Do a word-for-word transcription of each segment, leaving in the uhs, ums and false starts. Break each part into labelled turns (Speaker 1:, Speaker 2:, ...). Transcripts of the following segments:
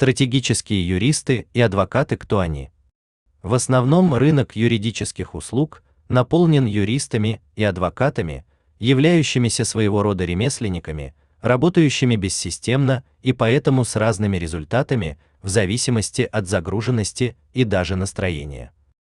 Speaker 1: Стратегические юристы и адвокаты, кто они? В основном рынок юридических услуг наполнен юристами и адвокатами, являющимися своего рода ремесленниками, работающими бессистемно и поэтому с разными результатами в зависимости от загруженности и даже настроения.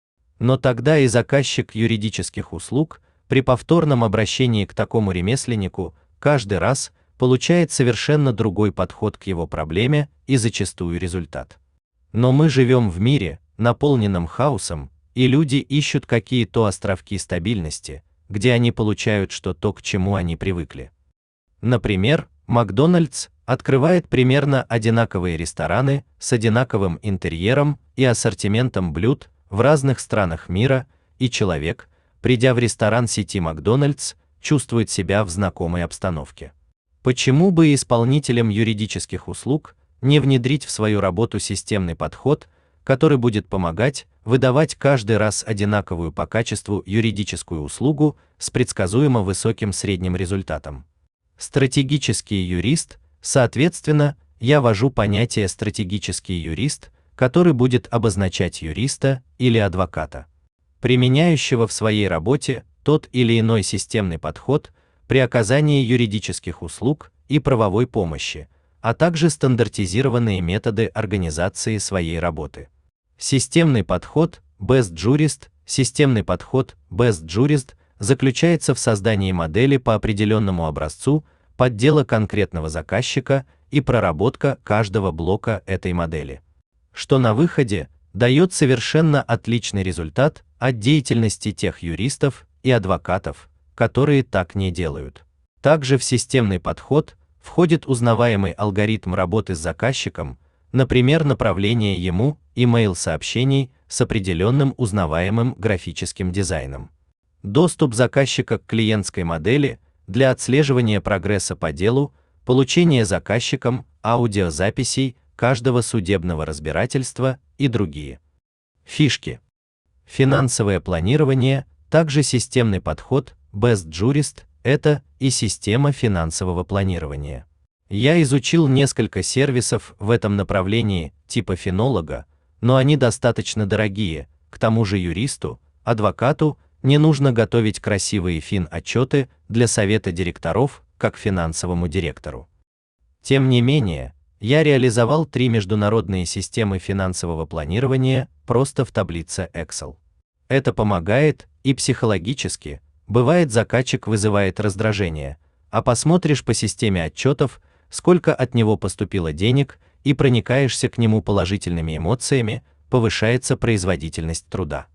Speaker 1: Но тогда и заказчик юридических услуг при повторном обращении к такому ремесленнику каждый раз получает совершенно другой подход к его проблеме и зачастую результат. Но мы живем в мире, наполненном хаосом, и люди ищут какие-то островки стабильности, где они получают что-то, к чему они привыкли. Например, Макдональдс открывает примерно одинаковые рестораны с одинаковым интерьером и ассортиментом блюд в разных странах мира, и человек, придя в ресторан сети Макдональдс, чувствует себя в знакомой обстановке. Почему бы исполнителям юридических услуг не внедрить в свою работу системный подход, который будет помогать выдавать каждый раз одинаковую по качеству юридическую услугу с предсказуемо высоким средним результатом? Стратегический юрист, соответственно, я ввожу понятие стратегический юрист, который будет обозначать юриста или адвоката, применяющего в своей работе тот или иной системный подход при оказании юридических услуг и правовой помощи, а также стандартизированные методы организации своей работы. Системный подход Best Jurist. Системный подход Best Jurist заключается в создании модели по определенному образцу под дело конкретного заказчика и проработка каждого блока этой модели, что на выходе дает совершенно отличный результат от деятельности тех юристов и адвокатов, которые так не делают. Также в системный подход входит узнаваемый алгоритм работы с заказчиком, например, направление ему email-сообщений с определенным узнаваемым графическим дизайном. Доступ заказчика к клиентской модели для отслеживания прогресса по делу, получение заказчиком аудиозаписей каждого судебного разбирательства и другие. Фишки. Финансовое планирование, также системный подход Best Jurist – это и система финансового планирования. Я изучил несколько сервисов в этом направлении типа Финолога, но они достаточно дорогие, к тому же юристу, адвокату не нужно готовить красивые фин-отчеты для совета директоров, как финансовому директору. Тем не менее, я реализовал три международные системы финансового планирования просто в таблице Excel. Это помогает и психологически, бывает заказчик вызывает раздражение, а посмотришь по системе отчетов, сколько от него поступило денег, и проникаешься к нему положительными эмоциями, повышается производительность труда.